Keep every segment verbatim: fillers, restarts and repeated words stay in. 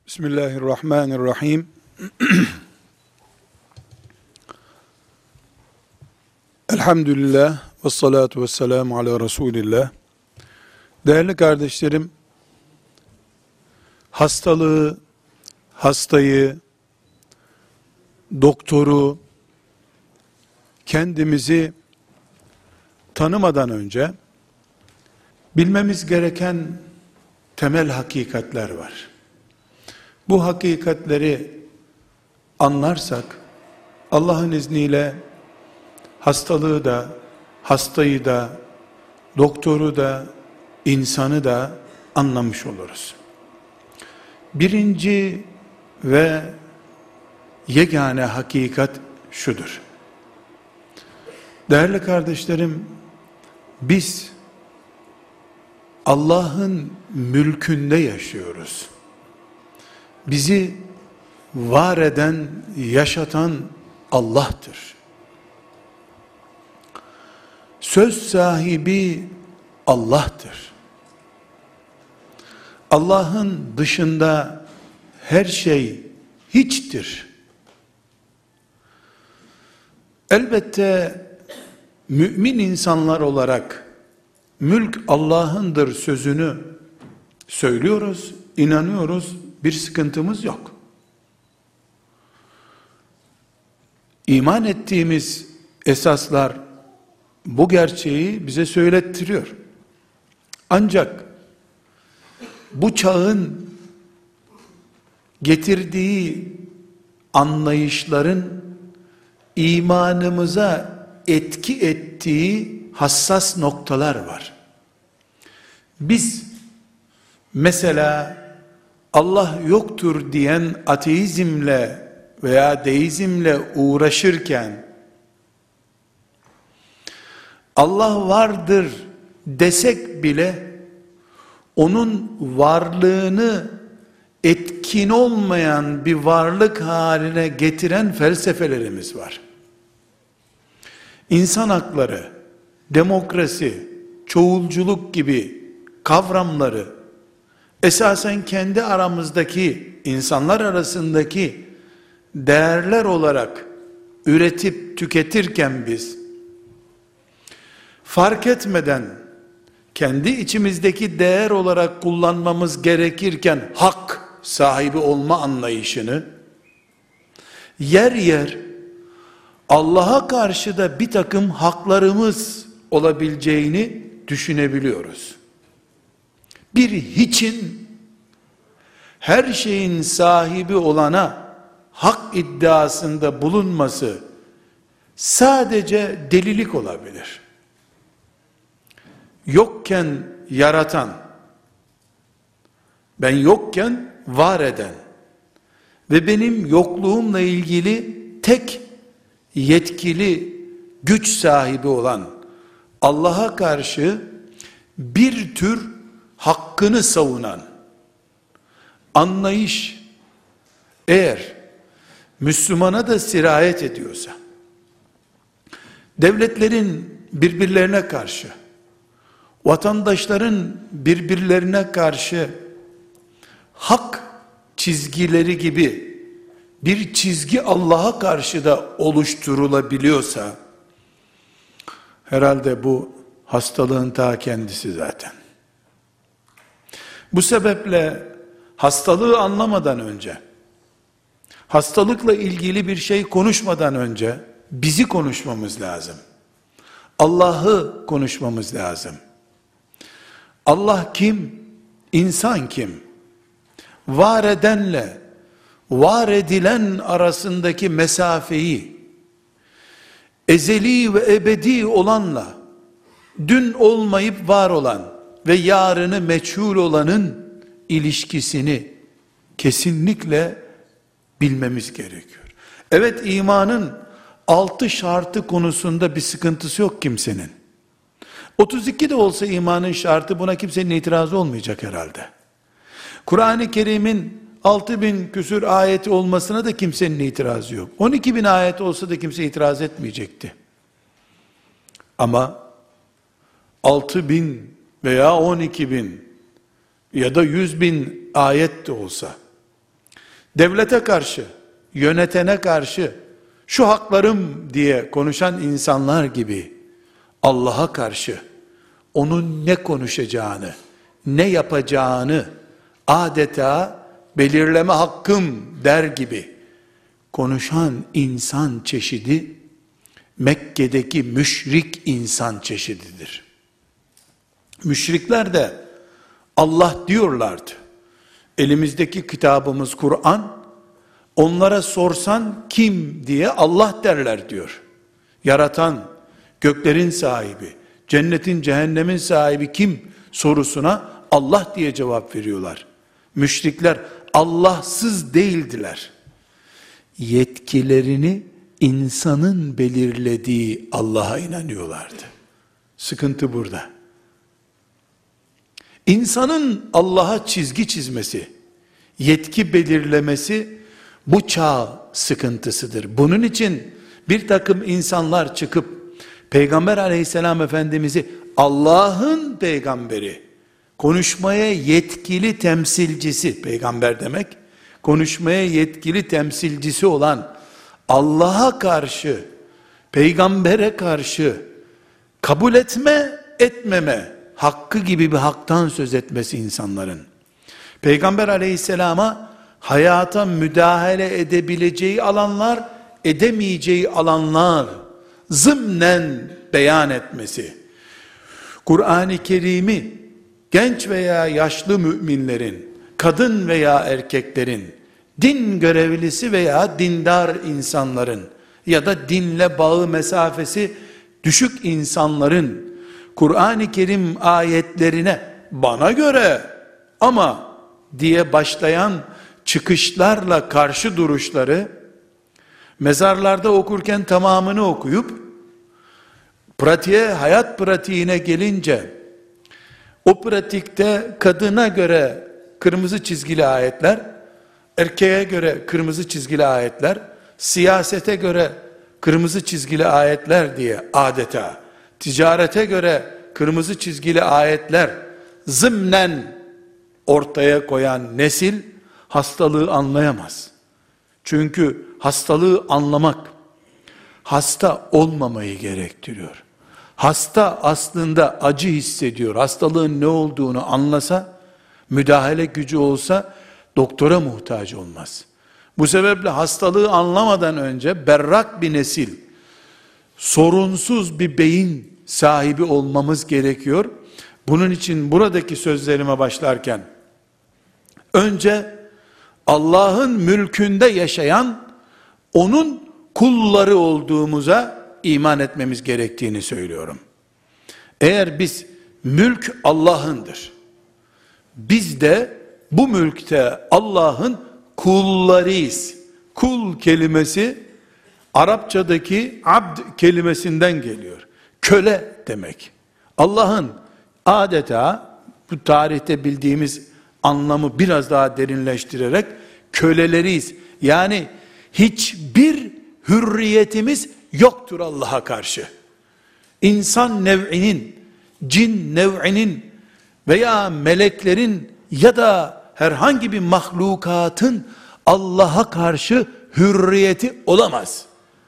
Bismillahirrahmanirrahim. Elhamdülillah ve salatu ve selamu ala Resulillah. Değerli kardeşlerim, hastalığı, hastayı, doktoru, kendimizi tanımadan önce bilmemiz gereken temel hakikatler var. Bu hakikatleri anlarsak, Allah'ın izniyle hastalığı da, hastayı da, doktoru da, insanı da anlamış oluruz. Birinci ve yegane hakikat şudur. Değerli kardeşlerim, biz Allah'ın mülkünde yaşıyoruz. Bizi var eden, yaşatan Allah'tır. Söz sahibi Allah'tır. Allah'ın dışında her şey hiçtir. Elbette mümin insanlar olarak mülk Allah'ındır sözünü söylüyoruz, inanıyoruz, bir sıkıntımız yok. İman ettiğimiz esaslar bu gerçeği bize söylettiriyor. Ancak bu çağın getirdiği anlayışların imanımıza etki ettiği hassas noktalar var. Biz mesela Allah yoktur diyen ateizmle veya deizmle uğraşırken Allah vardır desek bile onun varlığını etkin olmayan bir varlık haline getiren felsefelerimiz var. İnsan hakları, demokrasi, çoğulculuk gibi kavramları esasen kendi aramızdaki, insanlar arasındaki değerler olarak üretip tüketirken biz, fark etmeden kendi içimizdeki değer olarak kullanmamız gerekirken hak sahibi olma anlayışını, yer yer Allah'a karşı da bir takım haklarımız olabileceğini düşünebiliyoruz. Bir hiçin her şeyin sahibi olana hak iddiasında bulunması sadece delilik olabilir. Yokken yaratan, ben yokken var eden ve benim yokluğumla ilgili tek yetkili güç sahibi olan Allah'a karşı bir tür hakkını savunan anlayış eğer Müslümana da sirayet ediyorsa, devletlerin birbirlerine karşı, vatandaşların birbirlerine karşı hak çizgileri gibi bir çizgi Allah'a karşı da oluşturulabiliyorsa, herhalde bu hastalığın ta kendisi zaten. Bu sebeple hastalığı anlamadan önce, hastalıkla ilgili bir şey konuşmadan önce bizi konuşmamız lazım. Allah'ı konuşmamız lazım. Allah kim? İnsan kim? Var edenle var edilen arasındaki mesafeyi, ezeli ve ebedi olanla dün olmayıp var olan ve yarını meçhul olanın ilişkisini kesinlikle bilmemiz gerekiyor. Evet, imanın altı şartı konusunda bir sıkıntısı yok kimsenin. otuz iki de olsa imanın şartı, buna kimsenin itirazı olmayacak herhalde. Kur'an-ı Kerim'in altı bin küsür ayeti olmasına da kimsenin itirazı yok. on iki bin ayet olsa da kimse itiraz etmeyecekti. Ama altı bin veya on iki bin ya da yüz bin ayet de olsa, devlete karşı, yönetene karşı, şu haklarım diye konuşan insanlar gibi, Allah'a karşı, onun ne konuşacağını, ne yapacağını, adeta belirleme hakkım der gibi, konuşan insan çeşidi, Mekke'deki müşrik insan çeşididir. Müşrikler de Allah diyorlardı. Elimizdeki kitabımız Kur'an, onlara sorsan kim diye Allah derler diyor. Yaratan, göklerin sahibi, cennetin cehennemin sahibi kim sorusuna Allah diye cevap veriyorlar. Müşrikler Allahsız değildiler. Yetkilerini insanın belirlediği Allah'a inanıyorlardı. Sıkıntı burada. İnsanın Allah'a çizgi çizmesi, yetki belirlemesi bu çağ sıkıntısıdır. Bunun için bir takım insanlar çıkıp Peygamber aleyhisselam Efendimiz'i Allah'ın peygamberi, konuşmaya yetkili temsilcisi, peygamber demek, konuşmaya yetkili temsilcisi olan Allah'a karşı, peygambere karşı kabul etme, etmeme hakkı gibi bir haktan söz etmesi insanların. Peygamber aleyhisselama hayata müdahale edebileceği alanlar, edemeyeceği alanlar zımnen beyan etmesi. Kur'an-ı Kerim'i genç veya yaşlı müminlerin, kadın veya erkeklerin, din görevlisi veya dindar insanların ya da dinle bağı mesafesi düşük insanların Kur'an-ı Kerim ayetlerine bana göre ama diye başlayan çıkışlarla karşı duruşları, mezarlarda okurken tamamını okuyup pratiğe, hayat pratiğine gelince o pratikte kadına göre kırmızı çizgili ayetler, erkeğe göre kırmızı çizgili ayetler, siyasete göre kırmızı çizgili ayetler diye adeta, ticarete göre kırmızı çizgili ayetler zımnen ortaya koyan nesil hastalığı anlayamaz. Çünkü hastalığı anlamak, hasta olmamayı gerektiriyor. Hasta aslında acı hissediyor. Hastalığın ne olduğunu anlasa, müdahale gücü olsa, doktora muhtaç olmaz. Bu sebeple hastalığı anlamadan önce berrak bir nesil, sorunsuz bir beyin sahibi olmamız gerekiyor. Bunun için buradaki sözlerime başlarken, önce Allah'ın mülkünde yaşayan, onun kulları olduğumuza iman etmemiz gerektiğini söylüyorum. Eğer biz, mülk Allah'ındır, biz de bu mülkte Allah'ın kullarıyız. Kul kelimesi Arapçadaki abd kelimesinden geliyor. Köle demek. Allah'ın adeta bu tarihte bildiğimiz anlamı biraz daha derinleştirerek köleleriyiz. Yani hiçbir hürriyetimiz yoktur Allah'a karşı. İnsan nev'inin, cin nev'inin veya meleklerin ya da herhangi bir mahlukatın Allah'a karşı hürriyeti olamaz.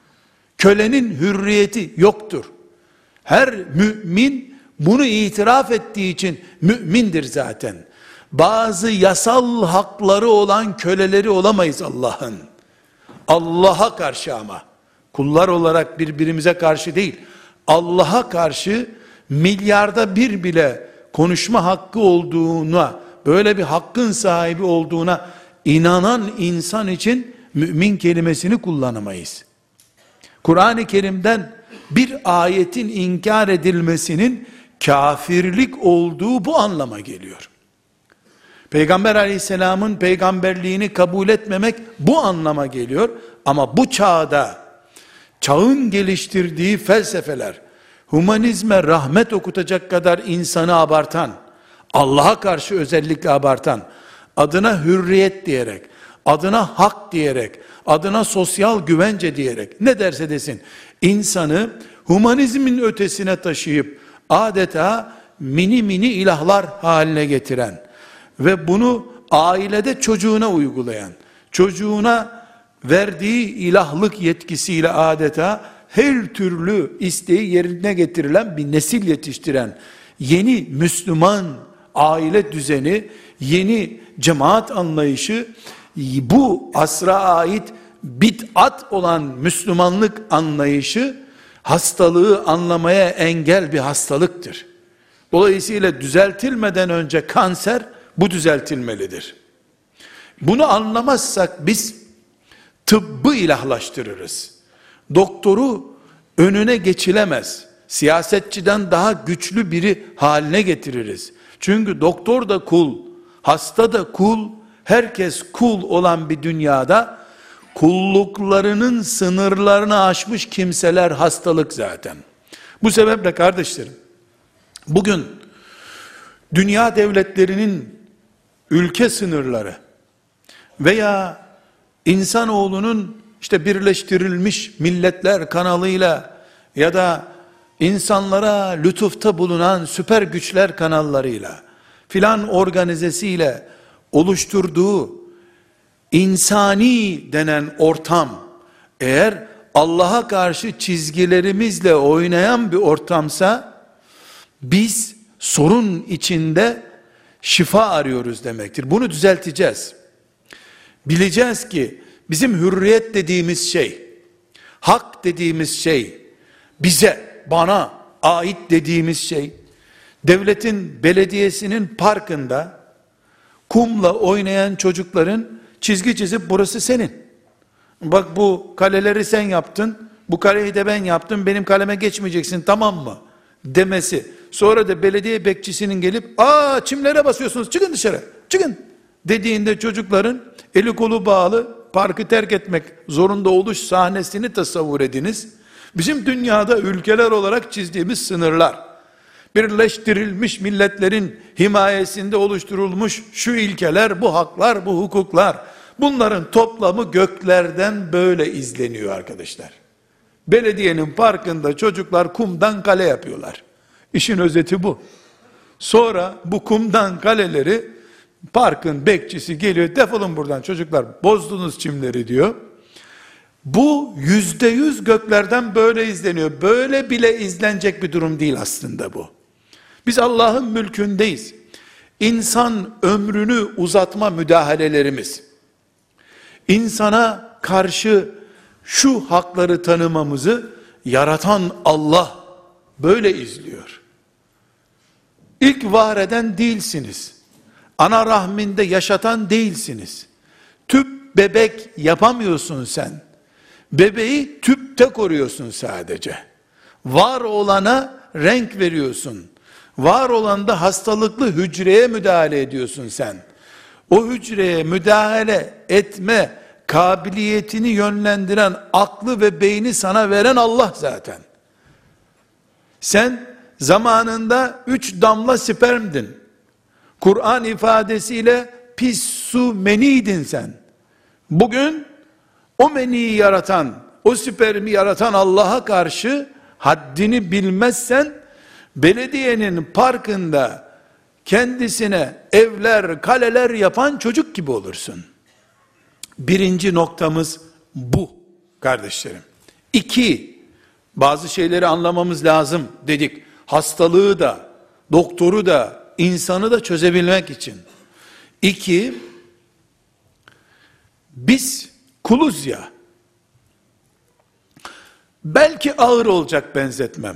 Kölenin hürriyeti yoktur. Her mümin bunu itiraf ettiği için mümindir zaten. Bazı yasal hakları olan köleleri olamayız Allah'ın. Allah'a karşı ama, kullar olarak birbirimize karşı değil, Allah'a karşı milyarda bir bile konuşma hakkı olduğuna, böyle bir hakkın sahibi olduğuna inanan insan için mümin kelimesini kullanamayız. Kur'an-ı Kerim'den bir ayetin inkar edilmesinin kafirlik olduğu bu anlama geliyor. Peygamber aleyhisselamın peygamberliğini kabul etmemek bu anlama geliyor. Ama bu çağda, çağın geliştirdiği felsefeler, humanizme rahmet okutacak kadar insanı abartan, Allah'a karşı özellikle abartan, adına hürriyet diyerek, adına hak diyerek, adına sosyal güvence diyerek, ne derse desin, insanı humanizmin ötesine taşıyıp, adeta mini mini ilahlar haline getiren ve bunu ailede çocuğuna uygulayan, çocuğuna verdiği ilahlık yetkisiyle adeta her türlü isteği yerine getirilen bir nesil yetiştiren yeni Müslüman aile düzeni, yeni cemaat anlayışı, bu asra ait bid'at olan Müslümanlık anlayışı hastalığı anlamaya engel bir hastalıktır. Dolayısıyla düzeltilmeden önce kanser bu düzeltilmelidir. Bunu anlamazsak biz tıbbı ilahlaştırırız. Doktoru önüne geçilemez, siyasetçiden daha güçlü biri haline getiririz. Çünkü doktor da kul, hasta da kul, herkes kul olan bir dünyada kulluklarının sınırlarını aşmış kimseler hastalık zaten. Bu sebeple kardeşlerim, bugün dünya devletlerinin ülke sınırları veya insanoğlunun işte Birleştirilmiş Milletler kanalıyla ya da insanlara lütufta bulunan süper güçler kanallarıyla filan organizesiyle oluşturduğu insani denen ortam eğer Allah'a karşı çizgilerimizle oynayan bir ortamsa biz sorun içinde şifa arıyoruz demektir. Bunu düzelteceğiz. Bileceğiz ki bizim hürriyet dediğimiz şey, hak dediğimiz şey, bize, bana ait dediğimiz şey, devletin, belediyesinin parkında kumla oynayan çocukların çizgi çizip burası senin. Bak bu kaleleri sen yaptın, bu kaleyi de ben yaptım, benim kaleme geçmeyeceksin, tamam mı? Demesi. Sonra da belediye bekçisinin gelip, aa çimlere basıyorsunuz, çıkın dışarı, çıkın dediğinde çocukların eli kolu bağlı parkı terk etmek zorunda oluş sahnesini tasavvur ediniz. Bizim dünyada ülkeler olarak çizdiğimiz sınırlar, Birleştirilmiş Milletler'in himayesinde oluşturulmuş şu ilkeler, bu haklar, bu hukuklar, bunların toplamı göklerden böyle izleniyor arkadaşlar. Belediyenin parkında çocuklar kumdan kale yapıyorlar. İşin özeti bu. Sonra bu kumdan kaleleri parkın bekçisi geliyor, defolun buradan çocuklar, bozdunuz çimleri diyor. Bu yüzde yüz göklerden böyle izleniyor. Böyle bile izlenecek bir durum değil aslında bu. Biz Allah'ın mülkündeyiz. İnsan ömrünü uzatma müdahalelerimiz, insana karşı şu hakları tanımamızı yaratan Allah böyle izliyor. İlk var eden değilsiniz. Ana rahminde yaşatan değilsiniz. Tüp bebek yapamıyorsun sen. Bebeği tüpte koruyorsun sadece. Var olana renk veriyorsun. Var olanda hastalıklı hücreye müdahale ediyorsun sen. O hücreye müdahale etme kabiliyetini yönlendiren aklı ve beyni sana veren Allah zaten. Sen zamanında üç damla spermdin. Kur'an ifadesiyle pis su meniydin sen. Bugün o meniyi yaratan, o spermi yaratan Allah'a karşı haddini bilmezsen, belediyenin parkında kendisine evler, kaleler yapan çocuk gibi olursun. Birinci noktamız bu kardeşlerim. İki, bazı şeyleri anlamamız lazım dedik. Hastalığı da, doktoru da, insanı da çözebilmek için. İki, biz kuluz ya, belki ağır olacak benzetmem,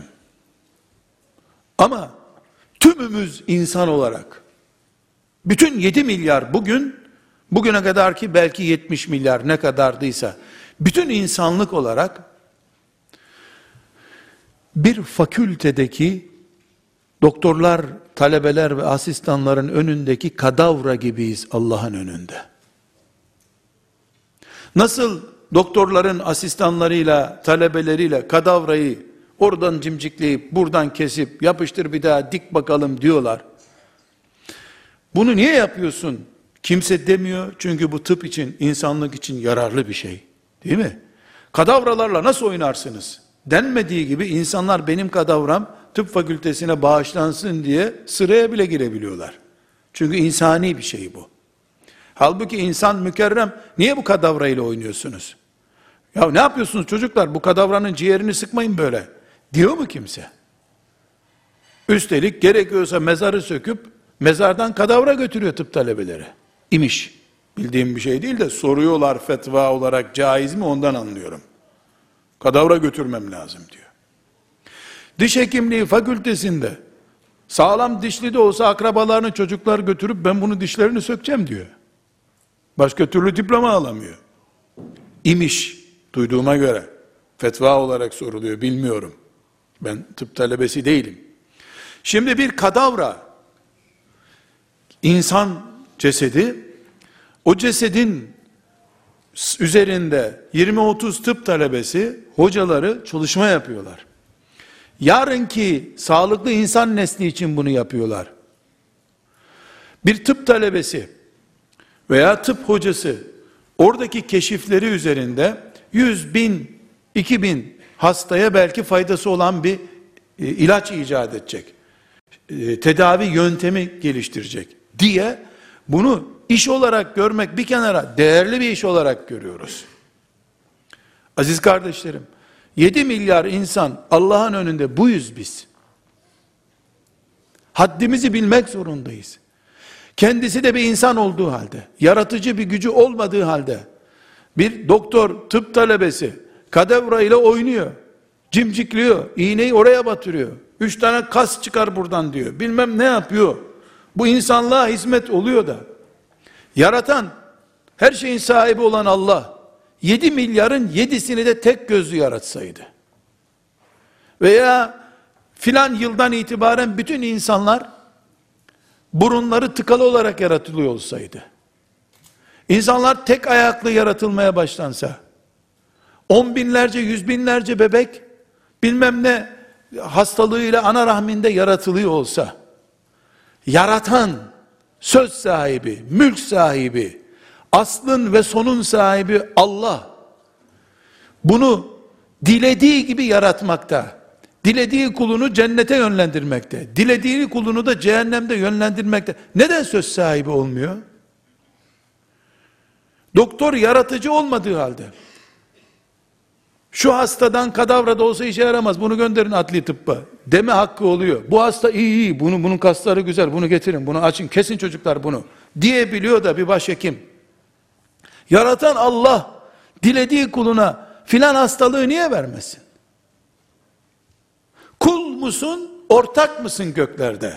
ama tümümüz insan olarak, bütün yedi milyar bugün, bugüne kadar ki belki yetmiş milyar ne kadardıysa, bütün insanlık olarak, bir fakültedeki doktorlar, talebeler ve asistanların önündeki kadavra gibiyiz Allah'ın önünde. Nasıl doktorların asistanlarıyla, talebeleriyle kadavrayı oradan cimcikleyip, buradan kesip, yapıştır bir daha dik bakalım diyorlar. Bunu niye yapıyorsun? Kimse demiyor, çünkü bu tıp için, insanlık için yararlı bir şey. Değil mi? Kadavralarla nasıl oynarsınız? Denmediği gibi insanlar benim kadavram tıp fakültesine bağışlansın diye sıraya bile girebiliyorlar. Çünkü insani bir şey bu. Halbuki insan mükerrem. Niye bu kadavra ile oynuyorsunuz? Ya ne yapıyorsunuz çocuklar? Bu kadavranın ciğerini sıkmayın böyle. Diyor mu kimse? Üstelik gerekiyorsa mezarı söküp mezardan kadavra götürüyor tıp talebeleri. İmiş. Bildiğim bir şey değil de soruyorlar fetva olarak caiz mi, ondan anlıyorum. Kadavra götürmem lazım diyor. Diş hekimliği fakültesinde sağlam dişli de olsa akrabalarını çocuklar götürüp ben bunu dişlerini sökeceğim diyor. Başka türlü diploma alamıyor. İmiş duyduğuma göre. Fetva olarak soruluyor, bilmiyorum. Ben tıp talebesi değilim. Şimdi bir kadavra, insan cesedi, o cesedin üzerinde yirmi otuz tıp talebesi, hocaları çalışma yapıyorlar. Yarınki sağlıklı insan nesli için bunu yapıyorlar. Bir tıp talebesi veya tıp hocası oradaki keşifleri üzerinde yüz bin, iki bin hastaya belki faydası olan bir e, ilaç icat edecek. E, tedavi yöntemi geliştirecek diye bunu iş olarak görmek bir kenara, değerli bir iş olarak görüyoruz. Aziz kardeşlerim, yedi milyar insan Allah'ın önünde buyuz biz. Haddimizi bilmek zorundayız. Kendisi de bir insan olduğu halde, yaratıcı bir gücü olmadığı halde, bir doktor, tıp talebesi, kadavra ile oynuyor, cimcikliyor, iğneyi oraya batırıyor, üç tane kas çıkar buradan diyor, bilmem ne yapıyor. Bu insanlığa hizmet oluyor da, yaratan, her şeyin sahibi olan Allah, yedi milyarın yedisini de tek gözlü yaratsaydı, veya filan yıldan itibaren bütün insanlar, burunları tıkalı olarak yaratılıyor olsaydı, insanlar tek ayaklı yaratılmaya başlansa, on binlerce, yüz binlerce bebek, bilmem ne hastalığıyla ana rahminde yaratılıyor olsa, yaratan, söz sahibi, mülk sahibi, aslın ve sonun sahibi Allah, bunu dilediği gibi yaratmakta, dilediği kulunu cennete yönlendirmekte, dilediği kulunu da cehennemde yönlendirmekte, neden söz sahibi olmuyor? Doktor yaratıcı olmadığı halde, şu hastadan kadavra da olsa işe yaramaz, bunu gönderin adli tıbba deme hakkı oluyor. Bu hasta iyi iyi, bunu, bunun kasları güzel, bunu getirin, bunu açın, kesin çocuklar bunu diyebiliyor da bir başhekim. Yaratan Allah, dilediği kuluna filan hastalığı niye vermesin? Kul musun, ortak mısın göklerde?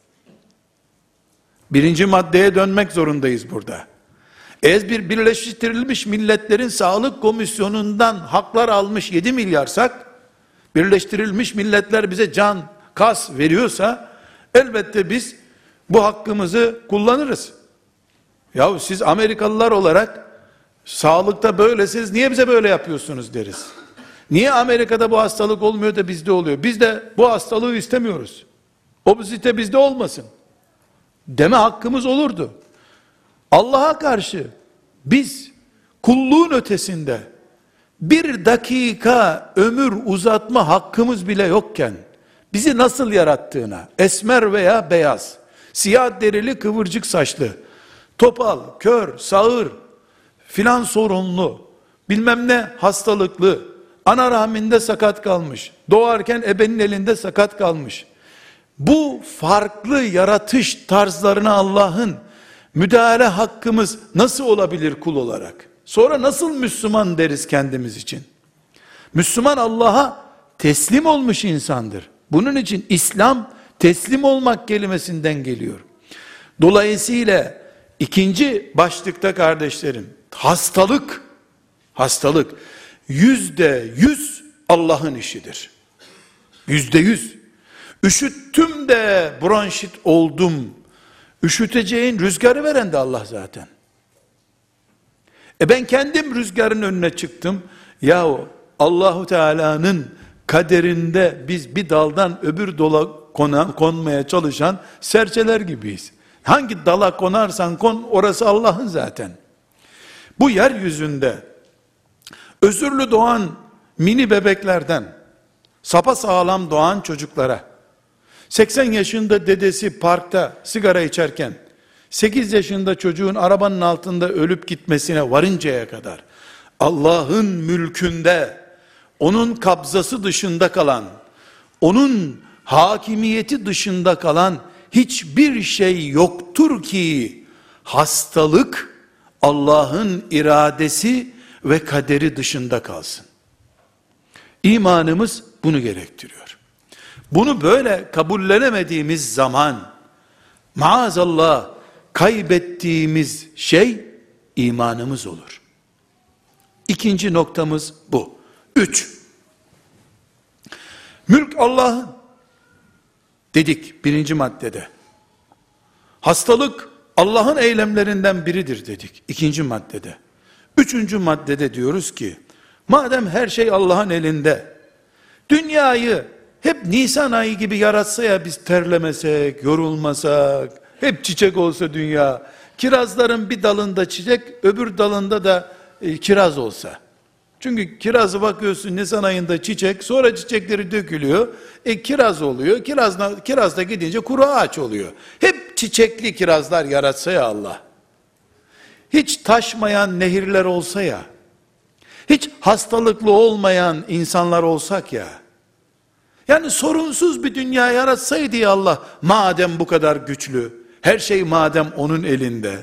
Birinci maddeye dönmek zorundayız burada. Eğer bir Birleştirilmiş Milletler'in Sağlık Komisyonu'ndan haklar almış yedi milyarsak, Birleştirilmiş Milletler bize can, kas veriyorsa, elbette biz bu hakkımızı kullanırız. Yahu siz Amerikalılar olarak, sağlıkta böylesiniz, niye bize böyle yapıyorsunuz deriz. Niye Amerika'da bu hastalık olmuyor da bizde oluyor? Biz de bu hastalığı istemiyoruz. Obezite bizde olmasın deme hakkımız olurdu. Allah'a karşı biz kulluğun ötesinde bir dakika ömür uzatma hakkımız bile yokken, bizi nasıl yarattığına, esmer veya beyaz, siyah derili kıvırcık saçlı, topal, kör, sağır, filan sorunlu, bilmem ne hastalıklı, ana rahminde sakat kalmış, doğarken ebenin elinde sakat kalmış, bu farklı yaratış tarzlarına Allah'ın müdahale hakkımız nasıl olabilir kul olarak? Sonra nasıl Müslüman deriz kendimiz için? Müslüman Allah'a teslim olmuş insandır. Bunun için İslam teslim olmak kelimesinden geliyor. Dolayısıyla ikinci başlıkta kardeşlerim, hastalık, hastalık yüzde yüz Allah'ın işidir. Yüzde yüz. Üşüttüm de bronşit oldum. Üşüteceğin rüzgarı veren de Allah zaten. E ben kendim rüzgarın önüne çıktım. Yahu Allahu Teala'nın kaderinde biz bir daldan öbür dala kona, konmaya çalışan serçeler gibiyiz. Hangi dala konarsan kon, orası Allah'ın zaten. Bu yeryüzünde özürlü doğan mini bebeklerden sapasağlam doğan çocuklara, seksen yaşında dedesi parkta sigara içerken sekiz yaşında çocuğun arabanın altında ölüp gitmesine varıncaya kadar, Allah'ın mülkünde, onun kabzası dışında kalan, onun hakimiyeti dışında kalan hiçbir şey yoktur ki, hastalık Allah'ın iradesi ve kaderi dışında kalsın. İmanımız bunu gerektiriyor. Bunu böyle kabullenemediğimiz zaman, maazallah kaybettiğimiz şey imanımız olur. İkinci noktamız bu. Üç, mülk Allah'ın dedik birinci maddede. Hastalık Allah'ın eylemlerinden biridir dedik ikinci maddede. Üçüncü maddede diyoruz ki, madem her şey Allah'ın elinde, dünyayı hep Nisan ayı gibi yaratsa ya, biz terlemesek, yorulmasak, hep çiçek olsa dünya, kirazların bir dalında çiçek, öbür dalında da e, kiraz olsa. Çünkü kirazı bakıyorsun Nisan ayında çiçek, sonra çiçekleri dökülüyor, e kiraz oluyor, kiraz, kiraz da gidince kuru ağaç oluyor. Hep çiçekli kirazlar yaratsa ya Allah, hiç taşmayan nehirler olsa ya, hiç hastalıklı olmayan insanlar olsak ya, yani sorunsuz bir dünya yaratsaydı ya Allah, madem bu kadar güçlü, her şey madem onun elinde,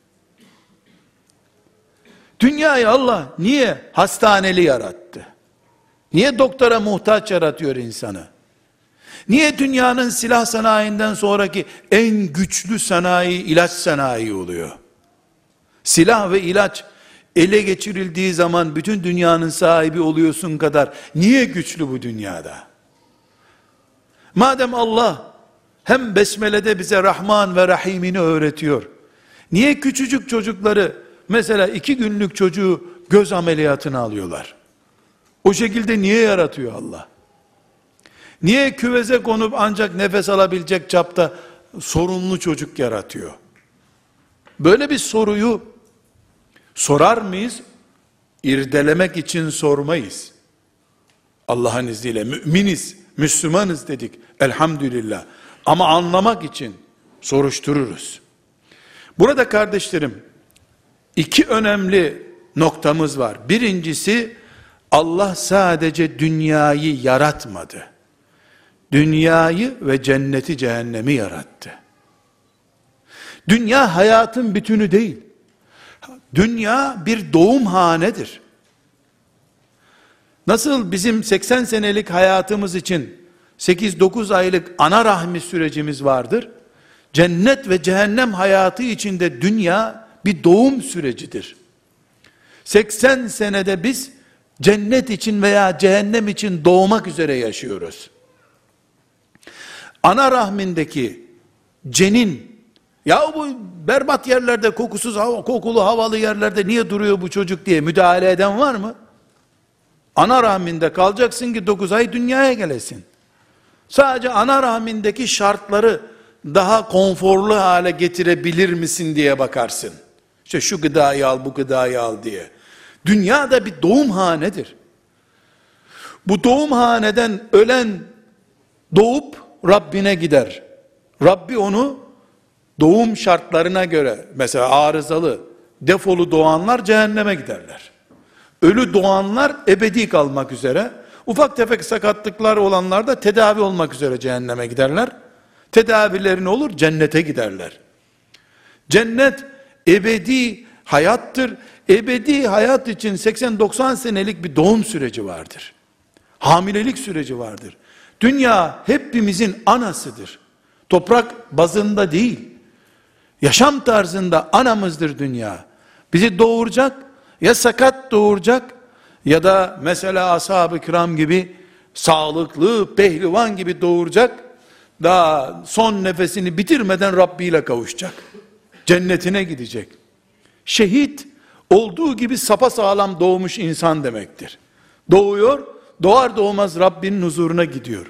dünyayı Allah niye hastaneli yarattı? Niye doktora muhtaç yaratıyor insanı? Niye dünyanın silah sanayinden sonraki en güçlü sanayi ilaç sanayi oluyor? Silah ve ilaç ele geçirildiği zaman bütün dünyanın sahibi oluyorsun kadar niye güçlü bu dünyada? Madem Allah hem Besmele'de bize Rahman ve Rahim'ini öğretiyor, niye küçücük çocukları, mesela iki günlük çocuğu göz ameliyatına alıyorlar? O şekilde niye yaratıyor Allah? Niye küveze konup ancak nefes alabilecek çapta sorunlu çocuk yaratıyor? Böyle bir soruyu sorar mıyız? İrdelemek için sormayız. Allah'ın izniyle müminiz, Müslümanız dedik. Elhamdülillah. Ama anlamak için soruştururuz. Burada kardeşlerim, iki önemli noktamız var. Birincisi, Allah sadece dünyayı yaratmadı. Dünyayı ve cenneti cehennemi yarattı. Dünya hayatın bütünü değil. Dünya bir doğumhanedir. Nasıl bizim seksen senelik hayatımız için sekiz dokuz aylık ana rahmi sürecimiz vardır. Cennet ve cehennem hayatı içinde dünya bir doğum sürecidir. seksen senede biz cennet için veya cehennem için doğmak üzere yaşıyoruz. Ana rahmindeki cenin, ya bu berbat yerlerde, kokusuz, hava, kokulu havalı yerlerde niye duruyor bu çocuk diye müdahale eden var mı? Ana rahminde kalacaksın ki dokuz ay dünyaya gelesin. Sadece ana rahmindeki şartları daha konforlu hale getirebilir misin diye bakarsın. İşte şu gıdayı al, bu gıdayı al diye. Dünya da bir doğumhanedir. Bu doğumhaneden ölen doğup Rabbine gider. Rabbi onu doğum şartlarına göre, mesela arızalı, defolu doğanlar cehenneme giderler. Ölü doğanlar ebedi kalmak üzere, ufak tefek sakatlıklar olanlar da tedavi olmak üzere cehenneme giderler. Tedavileri ne olur? Cennete giderler. Cennet ebedi hayattır. Ebedi hayat için seksen doksan senelik bir doğum süreci vardır. Hamilelik süreci vardır. Dünya hepimizin anasıdır. Toprak bazında değil, yaşam tarzında anamızdır dünya. Bizi doğuracak, ya sakat doğuracak, ya da mesela ashab-ı kiram gibi sağlıklı, pehlivan gibi doğuracak, daha son nefesini bitirmeden Rabbi ile kavuşacak. Cennetine gidecek. Şehit, olduğu gibi sapasağlam doğmuş insan demektir. Doğuyor, doğar doğmaz Rabbinin huzuruna gidiyor.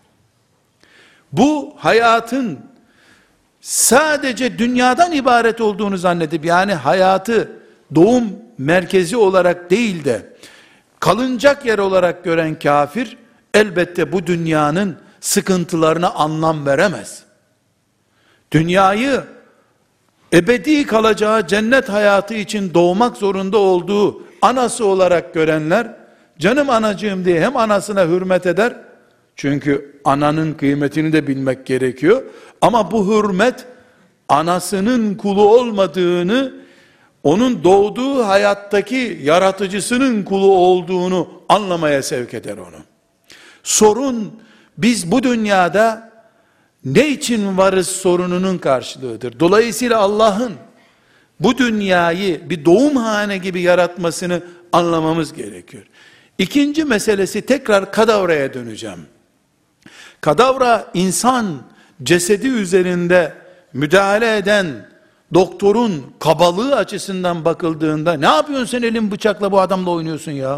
Bu hayatın sadece dünyadan ibaret olduğunu zannedip, yani hayatı doğum merkezi olarak değil de kalınacak yer olarak gören kafir, elbette bu dünyanın sıkıntılarına anlam veremez. Dünyayı ebedi kalacağı cennet hayatı için doğmak zorunda olduğu anası olarak görenler, canım anacığım diye hem anasına hürmet eder, çünkü ananın kıymetini de bilmek gerekiyor, ama bu hürmet, anasının kulu olmadığını, onun doğduğu hayattaki yaratıcısının kulu olduğunu anlamaya sevk eder onu. Sorun, biz bu dünyada ne için varız sorununun karşılığıdır. Dolayısıyla Allah'ın bu dünyayı bir doğumhane gibi yaratmasını anlamamız gerekiyor. İkinci meselesi, tekrar kadavraya döneceğim. Kadavra, insan cesedi üzerinde müdahale eden doktorun kabalığı açısından bakıldığında, ne yapıyorsun sen elin bıçakla bu adamla oynuyorsun ya?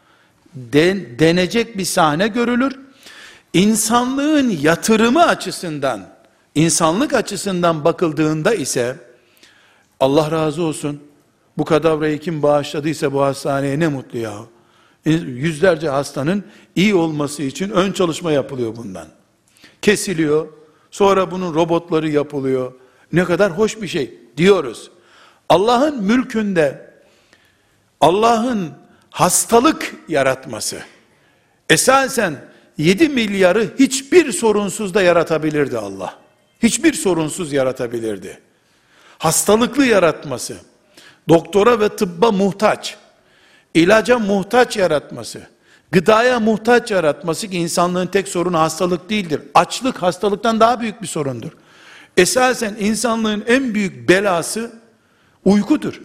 Den, denecek bir sahne görülür. İnsanlığın yatırımı açısından, insanlık açısından bakıldığında ise, Allah razı olsun, bu kadavrayı kim bağışladıysa bu hastaneye ne mutlu ya. Yüzlerce hastanın iyi olması için ön çalışma yapılıyor bundan. Kesiliyor, sonra bunun robotları yapılıyor. Ne kadar hoş bir şey diyoruz. Allah'ın mülkünde, Allah'ın hastalık yaratması, esasen yedi milyarı hiçbir sorunsuz da yaratabilirdi Allah. Hiçbir sorunsuz yaratabilirdi. Hastalıklı yaratması, doktora ve tıbba muhtaç, ilaca muhtaç yaratması, gıdaya muhtaç yaratması, ki insanlığın tek sorunu hastalık değildir. Açlık hastalıktan daha büyük bir sorundur. Esasen insanlığın en büyük belası uykudur.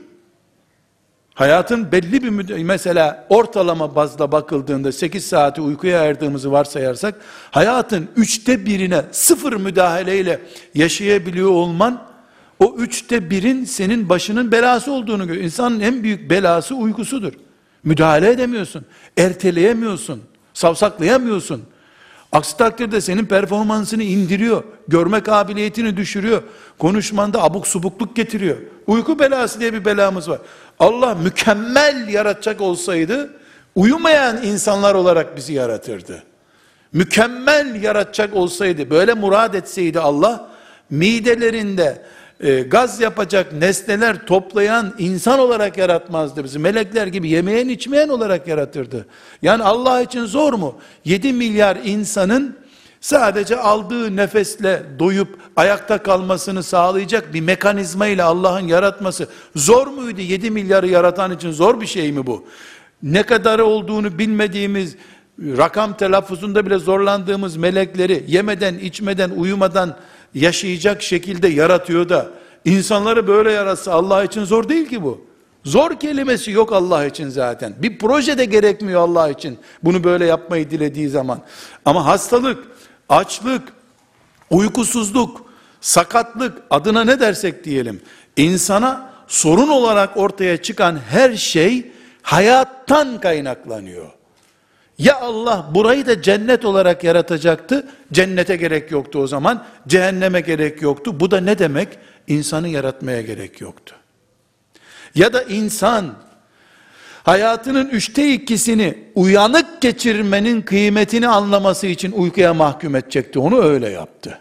Hayatın belli bir müddet, mesela ortalama bazda bakıldığında sekiz saati uykuya ayırdığımızı varsayarsak, hayatın üçte birine sıfır müdahaleyle yaşayabiliyor olman, o üçte birin senin başının belası olduğunu görüyor. İnsanın en büyük belası uykusudur. Müdahale edemiyorsun, erteleyemiyorsun, savsaklayamıyorsun. Aksi takdirde senin performansını indiriyor, görme kabiliyetini düşürüyor, konuşmanda abuk subukluk getiriyor. Uyku belası diye bir belamız var. Allah mükemmel yaratacak olsaydı, uyumayan insanlar olarak bizi yaratırdı. Mükemmel yaratacak olsaydı, böyle murad etseydi Allah, midelerinde e, gaz yapacak nesneler toplayan insan olarak yaratmazdı bizi. Melekler gibi yemeyen içmeyen olarak yaratırdı. Yani Allah için zor mu? yedi milyar insanın sadece aldığı nefesle doyup ayakta kalmasını sağlayacak bir mekanizma ile Allah'ın yaratması zor muydu? yedi milyarı yaratan için zor bir şey mi bu? Ne kadarı olduğunu bilmediğimiz, rakam telaffuzunda bile zorlandığımız melekleri yemeden, içmeden, uyumadan yaşayacak şekilde yaratıyor da, insanları böyle yaratsa Allah için zor değil ki bu. Zor kelimesi yok Allah için zaten. Bir proje de gerekmiyor Allah için, bunu böyle yapmayı dilediği zaman. Ama hastalık, açlık, uykusuzluk, sakatlık, adına ne dersek diyelim, insana sorun olarak ortaya çıkan her şey hayattan kaynaklanıyor. Ya Allah burayı da cennet olarak yaratacaktı, cennete gerek yoktu o zaman, cehenneme gerek yoktu. Bu da ne demek? İnsanı yaratmaya gerek yoktu. Ya da insan hayatının üçte ikisini uyanık geçirmenin kıymetini anlaması için uykuya mahkum edecekti. Onu öyle yaptı.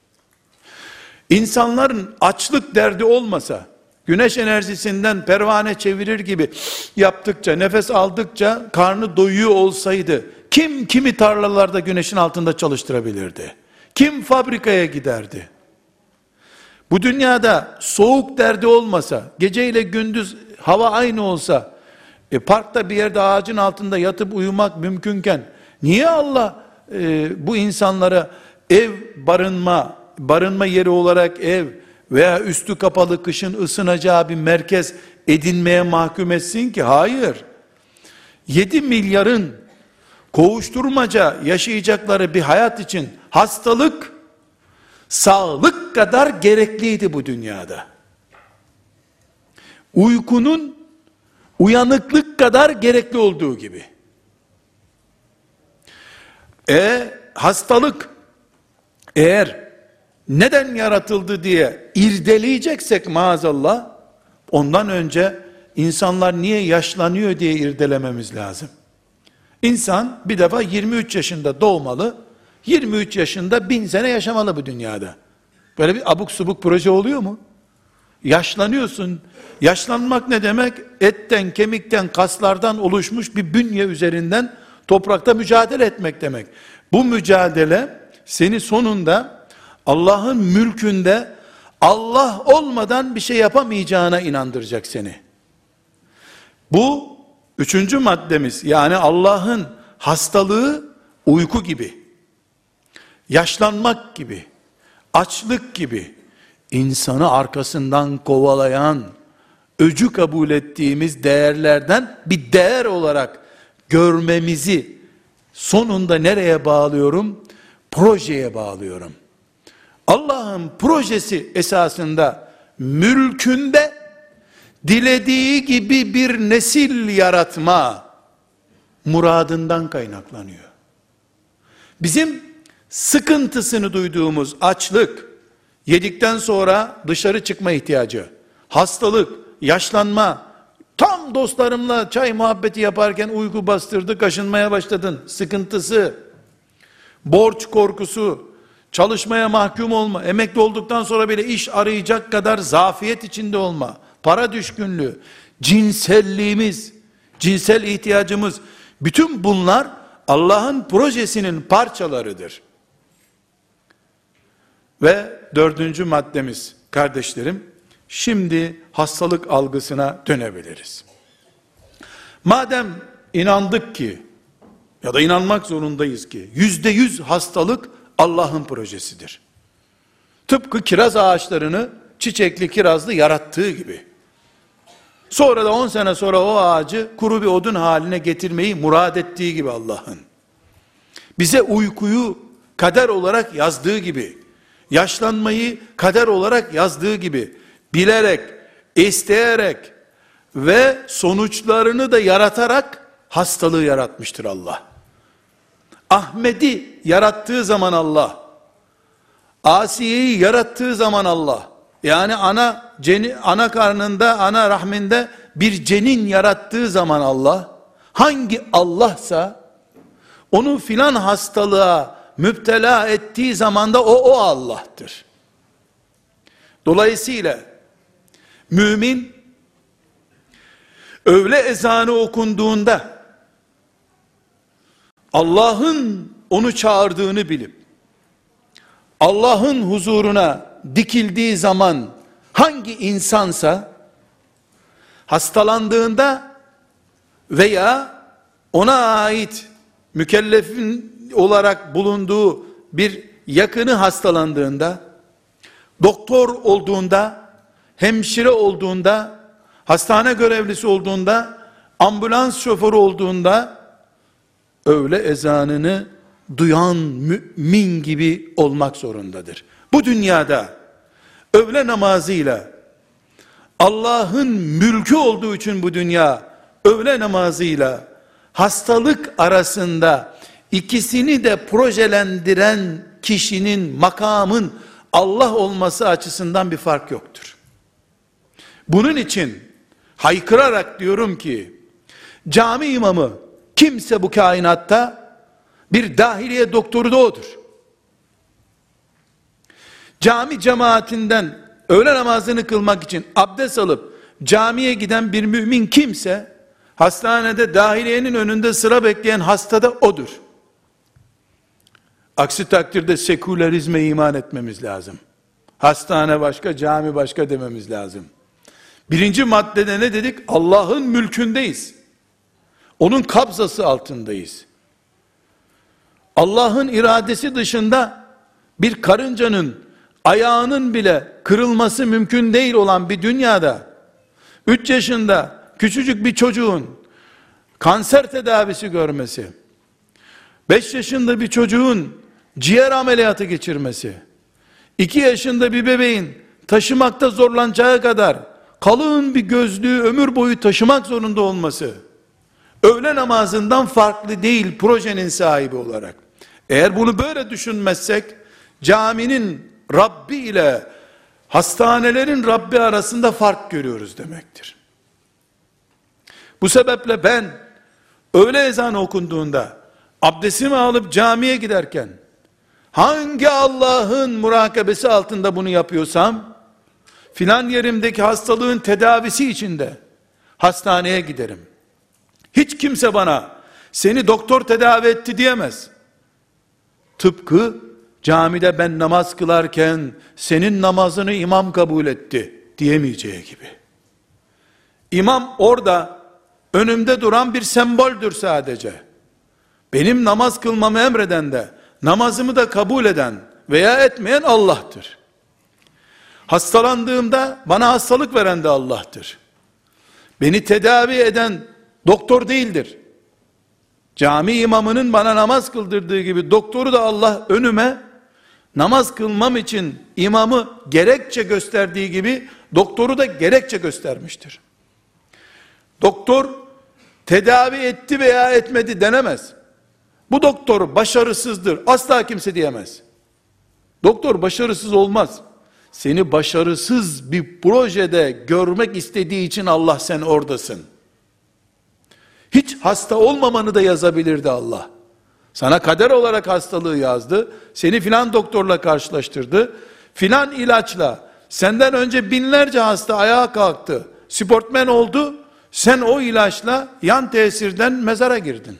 İnsanların açlık derdi olmasa, güneş enerjisinden pervane çevirir gibi yaptıkça, nefes aldıkça karnı doyuyor olsaydı, kim kimi tarlalarda güneşin altında çalıştırabilirdi? Kim fabrikaya giderdi? Bu dünyada soğuk derdi olmasa, geceyle gündüz hava aynı olsa, e, parkta bir yerde ağacın altında yatıp uyumak mümkünken, niye Allah e, bu insanlara ev barınma, barınma yeri olarak ev veya üstü kapalı kışın ısınacağı bir merkez edinmeye mahkum etsin ki? Hayır. yedi milyarın kovuşturmaca yaşayacakları bir hayat için hastalık, sağlık kadar gerekliydi bu dünyada. Uykunun uyanıklık kadar gerekli olduğu gibi. E hastalık eğer neden yaratıldı diye irdeleyeceksek maazallah, ondan önce insanlar niye yaşlanıyor diye irdelememiz lazım. İnsan bir defa yirmi üç yaşında doğmalı, yirmi üç yaşında bin sene yaşamalı bu dünyada. Böyle bir abuk subuk proje oluyor mu? Yaşlanıyorsun. Yaşlanmak ne demek? Etten, kemikten, kaslardan oluşmuş bir bünye üzerinden toprakta mücadele etmek demek. Bu mücadele seni sonunda Allah'ın mülkünde Allah olmadan bir şey yapamayacağına inandıracak seni. Bu üçüncü maddemiz. Yani Allah'ın hastalığı uyku gibi, yaşlanmak gibi, açlık gibi, insanı arkasından kovalayan, öcü kabul ettiğimiz değerlerden bir değer olarak görmemizi sonunda nereye bağlıyorum? Projeye bağlıyorum. Allah'ın projesi esasında mülkünde dilediği gibi bir nesil yaratma muradından kaynaklanıyor. Bizim sıkıntısını duyduğumuz açlık, yedikten sonra dışarı çıkma ihtiyacı, hastalık, yaşlanma, tam dostlarımla çay muhabbeti yaparken uyku bastırdı, kaşınmaya başladın, sıkıntısı, borç korkusu, çalışmaya mahkum olma, emekli olduktan sonra bile iş arayacak kadar zafiyet içinde olma, para düşkünlüğü, cinselliğimiz, cinsel ihtiyacımız, bütün bunlar Allah'ın projesinin parçalarıdır. Ve dördüncü maddemiz kardeşlerim, şimdi hastalık algısına dönebiliriz. Madem inandık ki, ya da inanmak zorundayız ki, yüzde yüz hastalık Allah'ın projesidir. Tıpkı kiraz ağaçlarını çiçekli kirazlı yarattığı gibi. Sonra da on sene sonra o ağacı kuru bir odun haline getirmeyi murad ettiği gibi Allah'ın. Bize uykuyu kader olarak yazdığı gibi, yaşlanmayı kader olarak yazdığı gibi, bilerek, isteyerek ve sonuçlarını da yaratarak hastalığı yaratmıştır Allah. Ahmet'i yarattığı zaman Allah, Asiye'yi yarattığı zaman Allah, yani ana ceni, ana karnında, ana rahminde bir cenin yarattığı zaman Allah, hangi Allah'sa onu filan hastalığa müptela ettiği zaman da o o Allah'tır. Dolayısıyla mümin öğle ezanı okunduğunda Allah'ın onu çağırdığını bilip Allah'ın huzuruna dikildiği zaman hangi insansa hastalandığında veya ona ait mükellefin olarak bulunduğu bir yakını hastalandığında, doktor olduğunda, hemşire olduğunda, hastane görevlisi olduğunda, ambulans şoförü olduğunda, öğle ezanını duyan mümin gibi olmak zorundadır. Bu dünyada öğle namazıyla Allah'ın mülkü olduğu için bu dünya öğle namazıyla hastalık arasında ikisini de projelendiren kişinin, makamın Allah olması açısından bir fark yoktur. Bunun için haykırarak diyorum ki, cami imamı kimse bu kainatta, bir dahiliye doktoru da odur. Cami cemaatinden öğle namazını kılmak için abdest alıp camiye giden bir mümin kimse, hastanede dahiliyenin önünde sıra bekleyen hasta da odur. Aksi takdirde sekülerizme iman etmemiz lazım. Hastane başka, cami başka dememiz lazım. Birinci maddede ne dedik? Allah'ın mülkündeyiz. Onun kabzası altındayız. Allah'ın iradesi dışında bir karıncanın ayağının bile kırılması mümkün değil olan bir dünyada, üç yaşında küçücük bir çocuğun kanser tedavisi görmesi, beş yaşında bir çocuğun ciğer ameliyatı geçirmesi, iki yaşında bir bebeğin taşımakta zorlanacağı kadar kalın bir gözlüğü ömür boyu taşımak zorunda olması, öğle namazından farklı değil projenin sahibi olarak. Eğer bunu böyle düşünmezsek, caminin Rabbi ile hastanelerin Rabbi arasında fark görüyoruz demektir. Bu sebeple ben öğle ezanı okunduğunda abdestimi alıp camiye giderken hangi Allah'ın murakabesi altında bunu yapıyorsam, filan yerimdeki hastalığın tedavisi için de hastaneye giderim. Hiç kimse bana seni doktor tedavi etti diyemez. Tıpkı camide ben namaz kılarken senin namazını imam kabul etti diyemeyeceği gibi. İmam orada önümde duran bir semboldür sadece. Benim namaz kılmamı emreden de, namazımı da kabul eden veya etmeyen Allah'tır. Hastalandığımda bana hastalık veren de Allah'tır. Beni tedavi eden doktor değildir. Cami imamının bana namaz kıldırdığı gibi doktoru da Allah önüme namaz kılmam için imamı gerekçe gösterdiği gibi doktoru da gerekçe göstermiştir. Doktor tedavi etti veya etmedi denemez. Bu doktor başarısızdır. Asla kimse diyemez. Doktor başarısız olmaz. Seni başarısız bir projede görmek istediği için Allah sen oradasın. Hiç hasta olmamanı da yazabilirdi Allah. Sana kader olarak hastalığı yazdı. Seni filan doktorla karşılaştırdı. Filan ilaçla senden önce binlerce hasta ayağa kalktı. Sportmen oldu. Sen o ilaçla yan tesirden mezara girdin.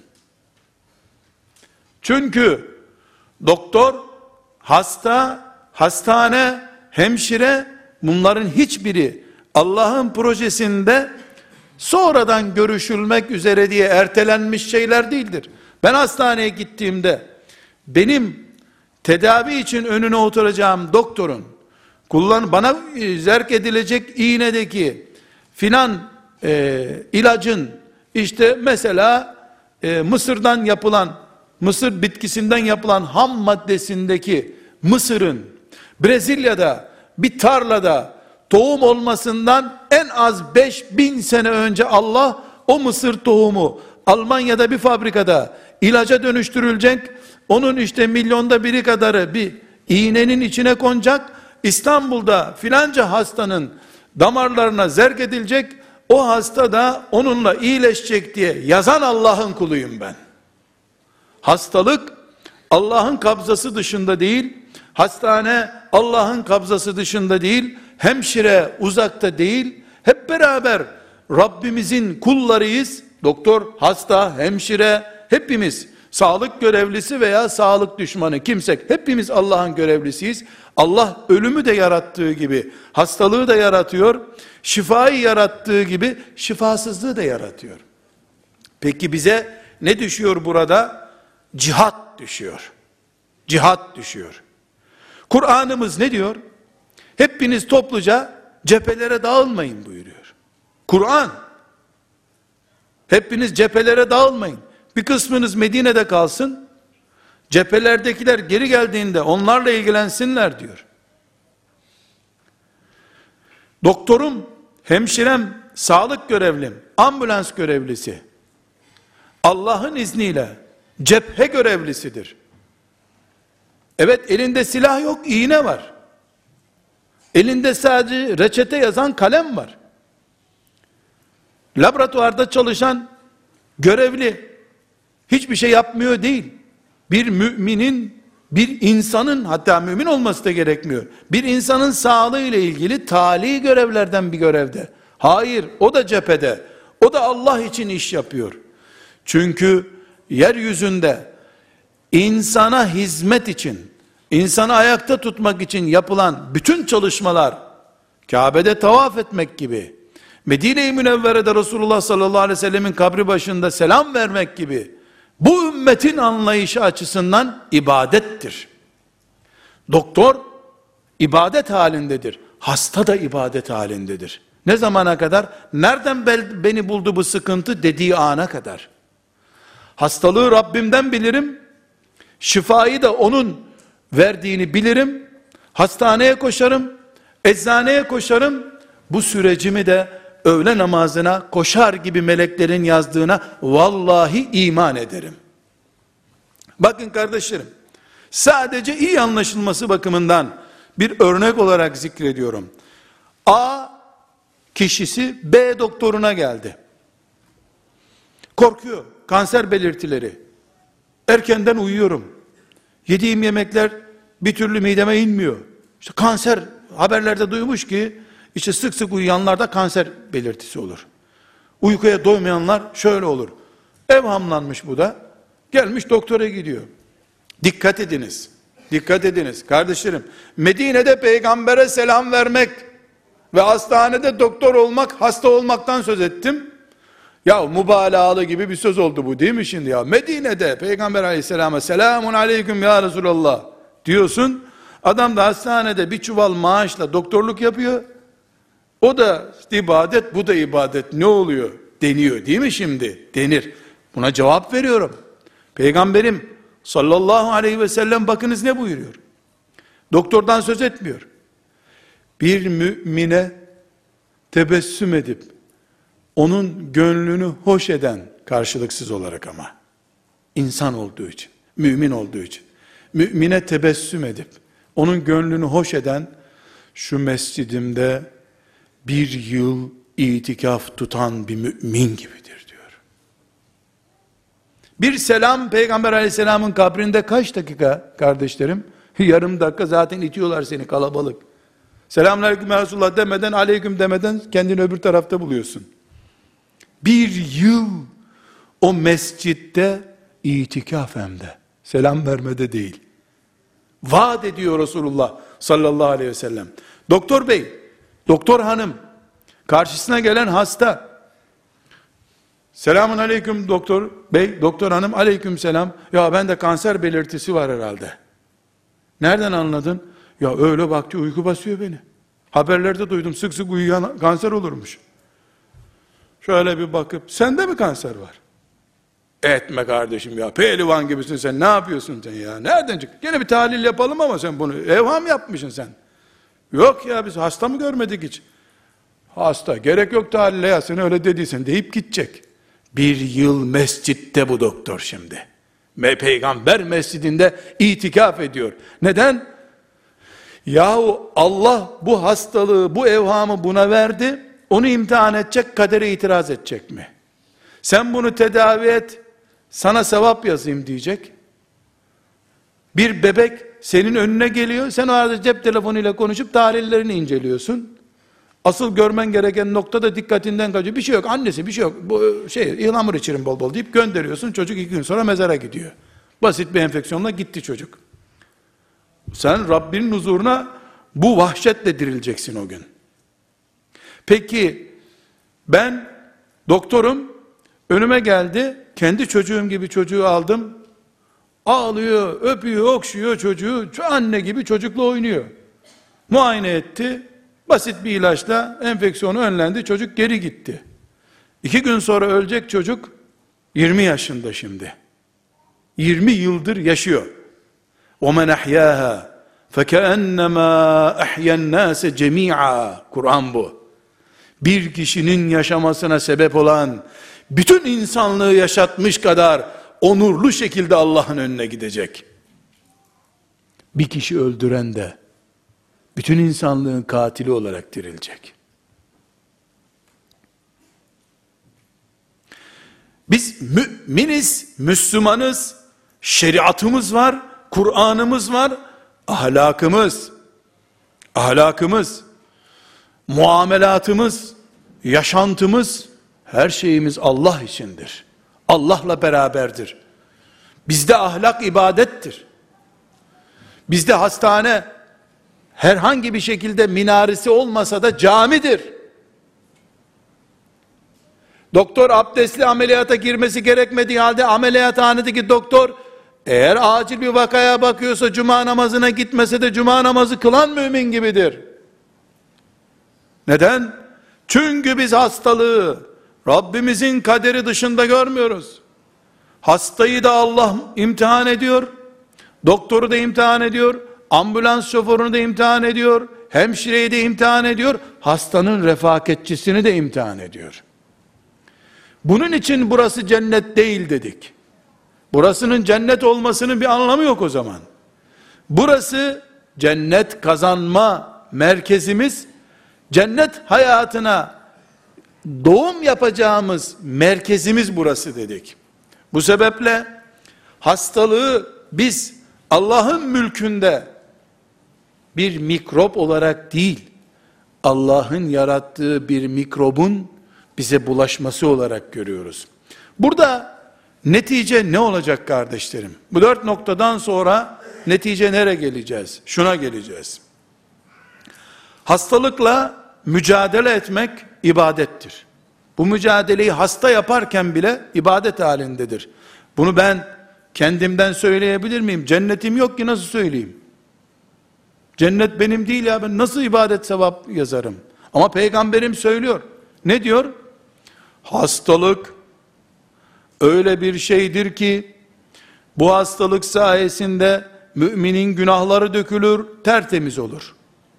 Çünkü doktor, hasta, hastane, hemşire, bunların hiçbiri Allah'ın projesinde sonradan görüşülmek üzere diye ertelenmiş şeyler değildir. Ben hastaneye gittiğimde benim tedavi için önüne oturacağım doktorun kullan bana zerk edilecek iğnedeki filan e, ilacın işte mesela e, Mısır'dan yapılan, Mısır bitkisinden yapılan ham maddesindeki mısırın Brezilya'da bir tarlada tohum olmasından en az beş bin sene önce Allah o mısır tohumu Almanya'da bir fabrikada ilaca dönüştürülecek, onun işte milyonda biri kadarı bir iğnenin içine konacak, İstanbul'da filanca hastanın damarlarına zerk edilecek, o hasta da onunla iyileşecek diye yazan Allah'ın kuluyum ben. Hastalık Allah'ın kabzası dışında değil, hastane Allah'ın kabzası dışında değil, hemşire uzakta değil, hep beraber Rabbimizin kullarıyız. Doktor, hasta, hemşire, hepimiz sağlık görevlisi veya sağlık düşmanı kimsek, hepimiz Allah'ın görevlisiyiz. Allah ölümü de yarattığı gibi hastalığı da yaratıyor, şifayı yarattığı gibi şifasızlığı da yaratıyor. Peki bize ne düşüyor burada? Cihat düşüyor. Cihat düşüyor. Kur'an'ımız ne diyor? Hepiniz topluca cephelere dağılmayın buyuruyor. Kur'an. Hepiniz cephelere dağılmayın. Bir kısmınız Medine'de kalsın. Cephelerdekiler geri geldiğinde onlarla ilgilensinler diyor. Doktorum, hemşirem, sağlık görevlim, ambulans görevlisi Allah'ın izniyle cephe görevlisidir. Evet, elinde silah yok, iğne var. Elinde sadece reçete yazan kalem var. Laboratuvarda çalışan görevli hiçbir şey yapmıyor değil. Bir müminin, bir insanın, hatta mümin olması da gerekmiyor, bir insanın sağlığı ile ilgili tali görevlerden bir görevde. Hayır, o da cephede. O da Allah için iş yapıyor. Çünkü yeryüzünde insana hizmet için, insanı ayakta tutmak için yapılan bütün çalışmalar, Kabe'de tavaf etmek gibi, Medine-i Münevvere'de Resulullah sallallahu aleyhi ve sellemin kabri başında selam vermek gibi, bu ümmetin anlayışı açısından ibadettir. Doktor ibadet halindedir. Hasta da ibadet halindedir. Ne zamana kadar? Nereden beni buldu bu sıkıntı dediği ana kadar. Hastalığı Rabbimden bilirim. Şifayı da onun verdiğini bilirim. Hastaneye koşarım. Eczaneye koşarım. Bu sürecimi de öğle namazına koşar gibi meleklerin yazdığına vallahi iman ederim. Bakın kardeşlerim, sadece iyi anlaşılması bakımından bir örnek olarak zikrediyorum. A kişisi B doktoruna geldi. Korkuyor, kanser belirtileri. Erkenden uyuyorum. Yediğim yemekler bir türlü mideme inmiyor. İşte kanser, haberlerde duymuş ki İşte sık sık uyuyanlarda kanser belirtisi olur. Uykuya doymayanlar şöyle olur. Evhamlanmış bu da. Gelmiş doktora gidiyor. Dikkat ediniz. Dikkat ediniz kardeşlerim. Medine'de peygambere selam vermek ve hastanede doktor olmak, hasta olmaktan söz ettim. Ya mübalağalı gibi bir söz oldu bu değil mi şimdi ya? Medine'de peygamber aleyhisselama selamun aleyküm ya Resulallah diyorsun. Adam da hastanede bir çuval maaşla doktorluk yapıyor. O da ibadet, bu da ibadet. Ne oluyor? Deniyor değil mi şimdi? Denir. Buna cevap veriyorum. Peygamberim sallallahu aleyhi ve sellem bakınız ne buyuruyor? Doktordan söz etmiyor. Bir mümine tebessüm edip onun gönlünü hoş eden, karşılıksız olarak ama insan olduğu için, mümin olduğu için, mümine tebessüm edip onun gönlünü hoş eden, şu mescidimde bir yıl itikaf tutan bir mümin gibidir diyor. Bir selam Peygamber aleyhisselamın kabrinde kaç dakika kardeşlerim? Yarım dakika, zaten itiyorlar seni, kalabalık. Selamünaleyküm ya Resulullah demeden, aleyküm demeden kendini öbür tarafta buluyorsun. Bir yıl o mescitte itikaf, hem de selam vermede değil. Vaat ediyor Resulullah sallallahu aleyhi ve sellem. Doktor bey, doktor hanım, karşısına gelen hasta, selamun aleyküm doktor bey, doktor hanım, aleyküm selam. Ya bende kanser belirtisi var herhalde. Nereden anladın? Ya öyle vakti uyku basıyor beni. Haberlerde duydum, sık sık uyuyan kanser olurmuş. Şöyle bir bakıp, sende mi kanser var? Etme kardeşim ya, pehlivan gibisin sen, ne yapıyorsun sen ya? Nereden çık? Gene bir tahlil yapalım ama sen bunu evham yapmışsın sen. Yok ya, biz hasta mı görmedik hiç? Hasta, gerek yok tahlile ya, sen öyle dediysen deyip gidecek. Bir yıl mescitte bu doktor şimdi. Peygamber mescidinde itikaf ediyor. Neden? Yahu Allah bu hastalığı, bu evhamı buna verdi. Onu imtihan edecek, kadere itiraz edecek mi? Sen bunu tedavi et, sana sevap yazayım diyecek. Bir bebek senin önüne geliyor, sen o arada cep telefonuyla konuşup tahlillerini inceliyorsun. Asıl görmen gereken noktada dikkatinden kaçıyor. Bir şey yok, annesi bir şey yok, bu şey ıhlamur içirin bol bol deyip gönderiyorsun. Çocuk iki gün sonra mezara gidiyor. Basit bir enfeksiyonla gitti çocuk. Sen Rabbinin huzuruna bu vahşetle dirileceksin o gün. Peki ben doktorum, önüme geldi, kendi çocuğum gibi çocuğu aldım, ağlıyor, öpüyor, okşuyor çocuğu, anne gibi çocukla oynuyor. Muayene etti, basit bir ilaçla enfeksiyonu önlendi, çocuk geri gitti. İki gün sonra ölecek çocuk, yirmi yaşında şimdi. yirmi yıldır yaşıyor. وَمَنْ اَحْيَاهَا فَكَأَنَّمَا اَحْيَا النَّاسَ جَمِيعًا. Kur'an bu. Bir kişinin yaşamasına sebep olan, bütün insanlığı yaşatmış kadar onurlu şekilde Allah'ın önüne gidecek. Bir kişi öldüren de bütün insanlığın katili olarak dirilecek. Biz müminiz, Müslümanız, şeriatımız var, Kur'an'ımız var, ahlakımız, ahlakımız, muamelatımız, yaşantımız, her şeyimiz Allah içindir. Allah'la beraberdir. Bizde ahlak ibadettir. Bizde hastane herhangi bir şekilde minaresi olmasa da camidir. Doktor abdestli ameliyata girmesi gerekmediği halde ameliyathanedeki doktor eğer acil bir vakaya bakıyorsa cuma namazına gitmese de cuma namazı kılan mümin gibidir. Neden? Çünkü biz hastalığı Rabbimizin kaderi dışında görmüyoruz. Hastayı da Allah imtihan ediyor, doktoru da imtihan ediyor, ambulans şoförünü de imtihan ediyor, hemşireyi de imtihan ediyor, hastanın refakatçisini de imtihan ediyor. Bunun için burası cennet değil dedik. Burasının cennet olmasının bir anlamı yok o zaman. Burası cennet kazanma merkezimiz, cennet hayatına doğum yapacağımız merkezimiz burası dedik. Bu sebeple hastalığı biz Allah'ın mülkünde bir mikrop olarak değil, Allah'ın yarattığı bir mikrobun bize bulaşması olarak görüyoruz. Burada netice ne olacak kardeşlerim? Bu dört noktadan sonra netice nereye geleceğiz? Şuna geleceğiz. Hastalıkla mücadele etmek ibadettir. Bu mücadeleyi hasta yaparken bile ibadet halindedir. Bunu ben kendimden söyleyebilir miyim? Cennetim yok ki nasıl söyleyeyim? Cennet benim değil ya, ben nasıl ibadet sevap yazarım? Ama peygamberim söylüyor. Ne diyor? Hastalık öyle bir şeydir ki bu hastalık sayesinde müminin günahları dökülür, tertemiz olur.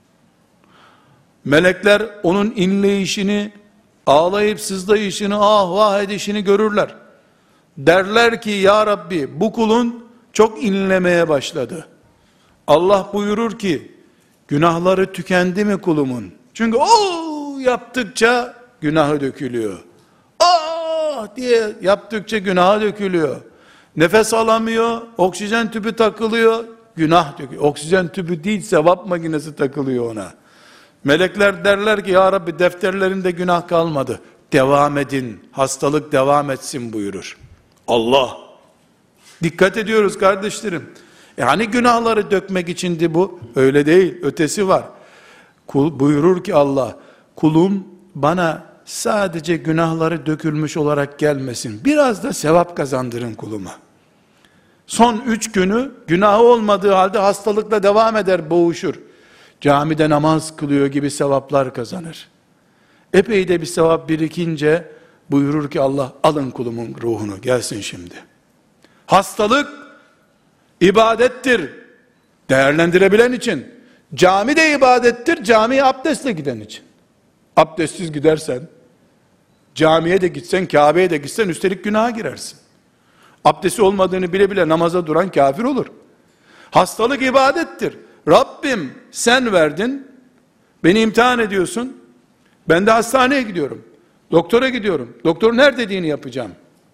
Melekler onun inleyişini, ağlayıp sızlayışını, ah vah edişini görürler. Derler ki ya Rabbi bu kulun çok inlemeye başladı. Allah buyurur ki günahları tükendi mi kulumun? Çünkü o yaptıkça günahı dökülüyor. Ah diye yaptıkça günahı dökülüyor. Nefes alamıyor, oksijen tüpü takılıyor, günah dökülüyor. Oksijen tüpü değil, sevap makinesi takılıyor ona. Melekler derler ki ya Rabbi defterlerinde günah kalmadı. Devam edin, hastalık devam etsin buyurur. Allah. Dikkat ediyoruz kardeşlerim. Yani günahları dökmek içindi bu. Öyle değil, ötesi var. Kul, buyurur ki Allah, kulum bana sadece günahları dökülmüş olarak gelmesin. Biraz da sevap kazandırın kuluma. Son üç günü günahı olmadığı halde hastalıkla devam eder, boğuşur. Camide namaz kılıyor gibi sevaplar kazanır. Epey de bir sevap birikince buyurur ki Allah, alın kulumun ruhunu, gelsin şimdi. Hastalık ibadettir. Değerlendirebilen için. Cami de ibadettir. Camiye abdestle giden için. Abdestsiz gidersen, camiye de gitsen, Kabe'ye de gitsen üstelik günaha girersin. Abdesti olmadığını bile bile namaza duran kafir olur. Hastalık ibadettir. Rabbim sen verdin, beni imtihan ediyorsun. Ben de hastaneye gidiyorum. Doktora gidiyorum. Doktorun her dediğini yapacağım.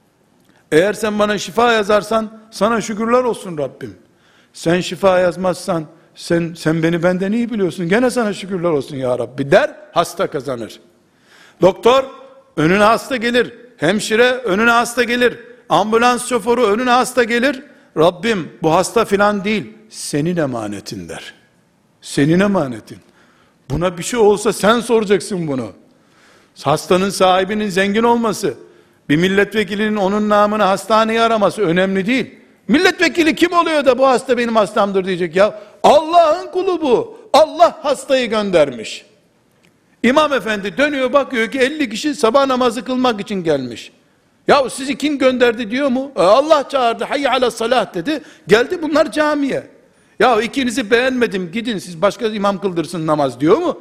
Eğer sen bana şifa yazarsan sana şükürler olsun Rabbim. Sen şifa yazmazsan sen sen beni benden iyi biliyorsun. Gene sana şükürler olsun ya Rabbi der, hasta kazanır. Doktor önüne hasta gelir. Hemşire önüne hasta gelir. Ambulans şoförü önüne hasta gelir. Rabbim bu hasta filan değil, senin emanetin der. Senin emanetin. Buna bir şey olsa sen soracaksın bunu. Hastanın sahibinin zengin olması, bir milletvekilinin onun namına hastaneyi araması önemli değil. Milletvekili kim oluyor da bu hasta benim hastamdır diyecek ya. Allah'ın kulu bu. Allah hastayı göndermiş. İmam efendi dönüyor bakıyor ki elli kişi sabah namazı kılmak için gelmiş. Ya sizi kim gönderdi diyor mu? E Allah çağırdı. Hayy ala salah dedi. Geldi bunlar camiye. Ya ikinizi beğenmedim, gidin siz başka imam kıldırsın namaz diyor mu?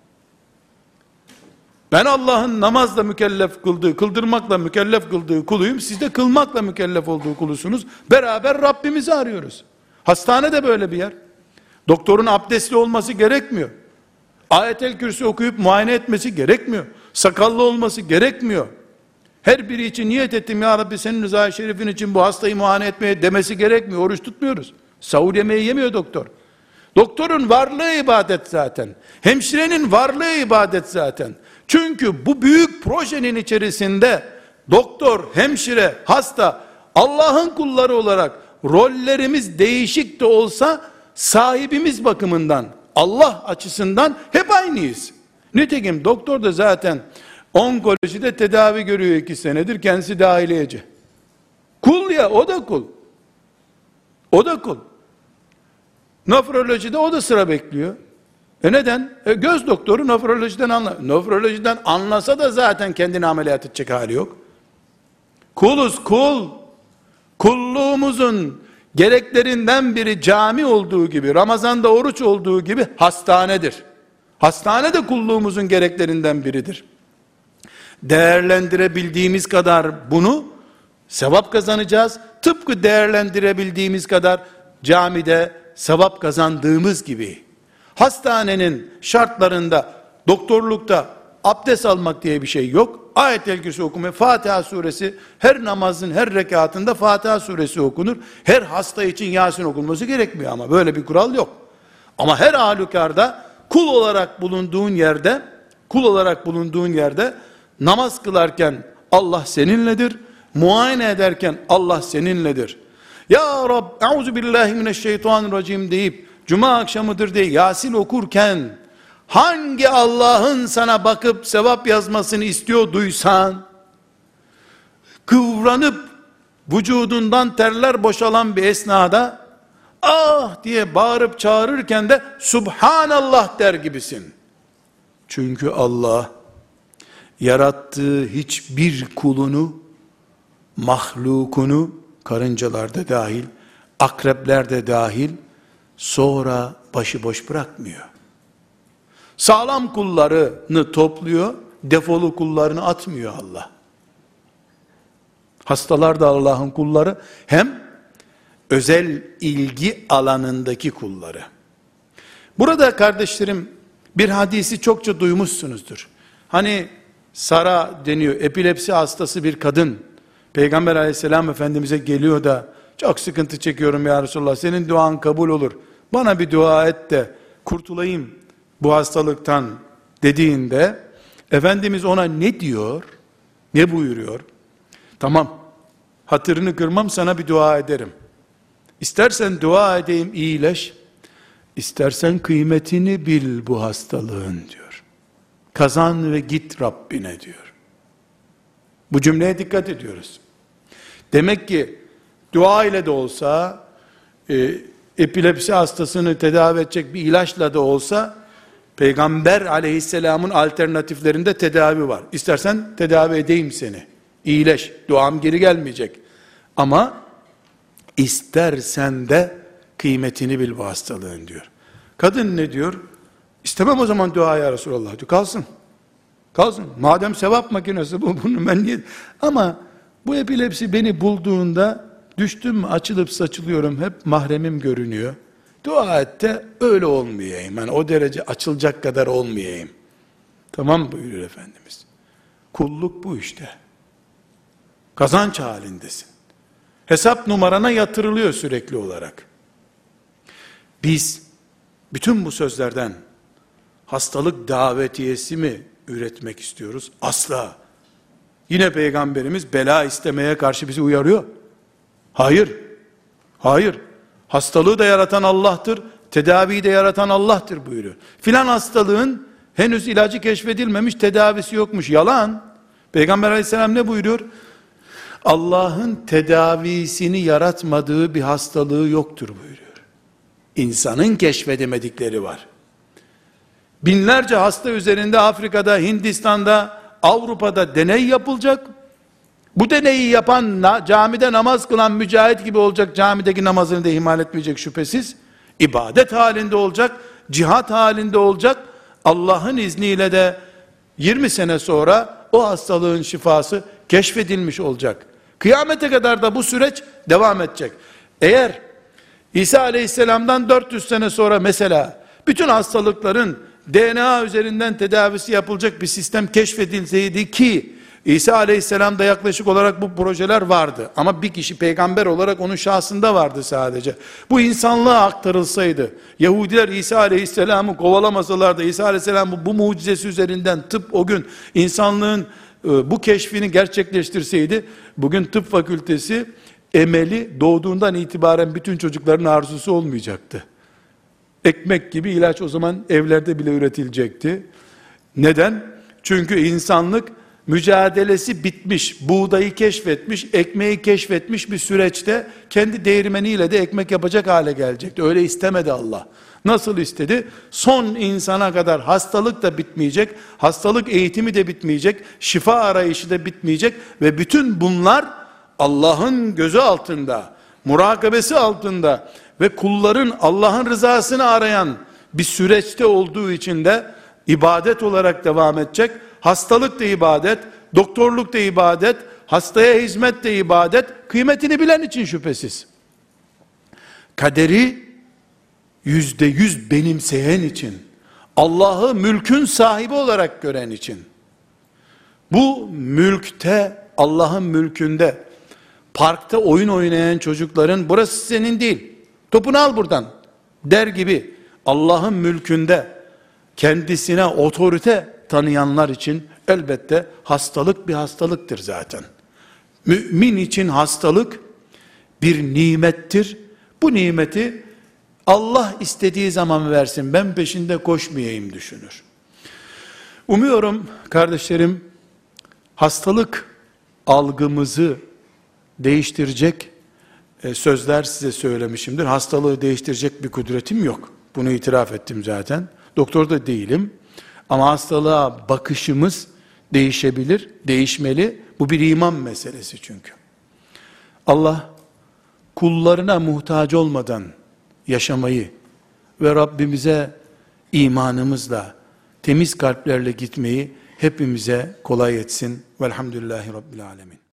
Ben Allah'ın namazla mükellef kıldığı, kıldırmakla mükellef kıldığı kuluyum. Siz de kılmakla mükellef olduğu kulusunuz. Beraber Rabbimizi arıyoruz. Hastane de böyle bir yer. Doktorun abdestli olması gerekmiyor. Ayet-el Kürsi okuyup muayene etmesi gerekmiyor. Sakallı olması gerekmiyor. Her biri için niyet ettim ya Rabbi senin rızayı şerifin için bu hastayı muayene etmeye demesi gerekmiyor. Oruç tutmuyoruz. Sahur yemeği yemiyor doktor. Doktorun varlığı ibadet zaten. Hemşirenin varlığı ibadet zaten. Çünkü bu büyük projenin içerisinde doktor, hemşire, hasta Allah'ın kulları olarak rollerimiz değişik de olsa sahibimiz bakımından, Allah açısından hep aynıyız. Nitekim doktor da zaten onkolojide tedavi görüyor iki senedir, kendisi dahiliyeci. Kul ya, o da kul. O da kul. Nefrolojide o da sıra bekliyor. E neden? E göz doktoru nefrolojiden anla. Nefrolojiden anlasa da zaten kendini ameliyat edecek hali yok. Kuluz kul. Kulluğumuzun gereklerinden biri cami olduğu gibi, Ramazan'da oruç olduğu gibi hastanedir. Hastane de kulluğumuzun gereklerinden biridir. Değerlendirebildiğimiz kadar bunu sevap kazanacağız. Tıpkı değerlendirebildiğimiz kadar camide sevap kazandığımız gibi. Hastanenin şartlarında, doktorlukta abdest almak diye bir şey yok. Ayet-el Kürsi okuma, Fatiha suresi, her namazın her rekatında Fatiha suresi okunur. Her hasta için Yasin okunması gerekmiyor ama böyle bir kural yok. Ama her halükarda kul olarak bulunduğun yerde, kul olarak bulunduğun yerde namaz kılarken Allah seninledir, muayene ederken Allah seninledir. Ya Rab, euzu billahi mineşşeytanirracim deyip cuma akşamıdır diye Yasin okurken hangi Allah'ın sana bakıp sevap yazmasını istiyorduysan, kıvranıp vücudundan terler boşalan bir esnada ah diye bağırıp çağırırken de Subhanallah der gibisin. Çünkü Allah yarattığı hiçbir kulunu, mahlukunu, karıncalar da dahil, akrepler de dahil, sonra başıboş bırakmıyor. Sağlam kullarını topluyor, defolu kullarını atmıyor Allah. Hastalar da Allah'ın kulları, hem özel ilgi alanındaki kulları. Burada kardeşlerim, bir hadisi çokça duymuşsunuzdur. Hani Sara deniyor, epilepsi hastası bir kadın, Peygamber aleyhisselam Efendimiz'e geliyor da, çok sıkıntı çekiyorum ya Resulallah, senin duan kabul olur, bana bir dua et de kurtulayım bu hastalıktan dediğinde, Efendimiz ona ne diyor, ne buyuruyor? Tamam, hatırını kırmam, sana bir dua ederim. İstersen dua edeyim, iyileş, İstersen kıymetini bil bu hastalığın diyor. Kazan ve git Rabbine diyor. Bu cümleye dikkat ediyoruz. Demek ki dua ile de olsa, e, epilepsi hastasını tedavi edecek bir ilaçla da olsa, Peygamber aleyhisselamın alternatiflerinde tedavi var. İstersen tedavi edeyim seni, İyileş, duam geri gelmeyecek. Ama istersen de kıymetini bil bu hastalığın diyor. Kadın ne diyor? İstemem o zaman dua ya Resulallah diyor. Kalsın. Kalsın. Madem sevap makinesi bu, bunu ben niye? Ama bu epilepsi beni bulduğunda düştüm, açılıp saçılıyorum, hep mahremim görünüyor. Dua et de öyle olmayayım. Yani o derece açılacak kadar olmayayım. Tamam buyuruyor Efendimiz. Kulluk bu işte. Kazanç halindesin. Hesap numarana yatırılıyor sürekli olarak. Biz bütün bu sözlerden hastalık davetiyesi mi üretmek istiyoruz? Asla. Yine Peygamberimiz bela istemeye karşı bizi uyarıyor. Hayır. Hayır. Hastalığı da yaratan Allah'tır, tedaviyi de yaratan Allah'tır buyuruyor. Filan hastalığın henüz ilacı keşfedilmemiş, tedavisi yokmuş. Yalan. Peygamber aleyhisselam ne buyuruyor? Allah'ın tedavisini yaratmadığı bir hastalığı yoktur buyuruyor. İnsanın keşfedemedikleri var. Binlerce hasta üzerinde Afrika'da, Hindistan'da, Avrupa'da deney yapılacak. Bu deneyi yapan, camide namaz kılan mücahit gibi olacak, camideki namazını da ihmal etmeyecek şüphesiz. İbadet halinde olacak, cihat halinde olacak. Allah'ın izniyle de yirmi sene sonra o hastalığın şifası keşfedilmiş olacak. Kıyamete kadar da bu süreç devam edecek. Eğer İsa aleyhisselamdan dört yüz sene sonra mesela bütün hastalıkların D N A üzerinden tedavisi yapılacak bir sistem keşfedilseydi, ki İsa aleyhisselamda yaklaşık olarak bu projeler vardı. Ama bir kişi peygamber olarak onun şahsında vardı sadece. Bu insanlığa aktarılsaydı, Yahudiler İsa aleyhisselamı kovalamasalardı, İsa aleyhisselam bu, bu mucizesi üzerinden tıp o gün insanlığın e, bu keşfini gerçekleştirseydi, bugün tıp fakültesi emeli doğduğundan itibaren bütün çocukların arzusu olmayacaktı. Ekmek gibi ilaç o zaman evlerde bile üretilecekti. Neden? Çünkü insanlık mücadelesi bitmiş, buğdayı keşfetmiş, ekmeği keşfetmiş bir süreçte kendi değirmeniyle de ekmek yapacak hale gelecekti. Öyle istemedi Allah. Nasıl istedi? Son insana kadar hastalık da bitmeyecek, hastalık eğitimi de bitmeyecek, şifa arayışı da bitmeyecek ve bütün bunlar Allah'ın gözü altında, murakabesi altında ve kulların Allah'ın rızasını arayan bir süreçte olduğu için de ibadet olarak devam edecek. Hastalık da ibadet, doktorluk da ibadet, hastaya hizmet de ibadet, kıymetini bilen için şüphesiz. Kaderi yüzde yüz benimseyen için, Allah'ı mülkün sahibi olarak gören için, bu mülkte, Allah'ın mülkünde, parkta oyun oynayan çocukların burası senin değil, topunu al buradan der gibi, Allah'ın mülkünde kendisine otorite tanıyanlar için elbette hastalık bir hastalıktır zaten. Mümin için hastalık bir nimettir. Bu nimeti Allah istediği zaman versin, ben peşinde koşmayayım düşünür. Umuyorum kardeşlerim, hastalık algımızı değiştirecek sözler size söylemişimdir. Hastalığı değiştirecek bir kudretim yok. Bunu itiraf ettim zaten. Doktor da değilim. Ama hastalığa bakışımız değişebilir, değişmeli. Bu bir iman meselesi çünkü. Allah kullarına muhtaç olmadan yaşamayı ve Rabbimize imanımızla, temiz kalplerle gitmeyi hepimize kolay etsin. Velhamdülillahi Rabbil Alemin.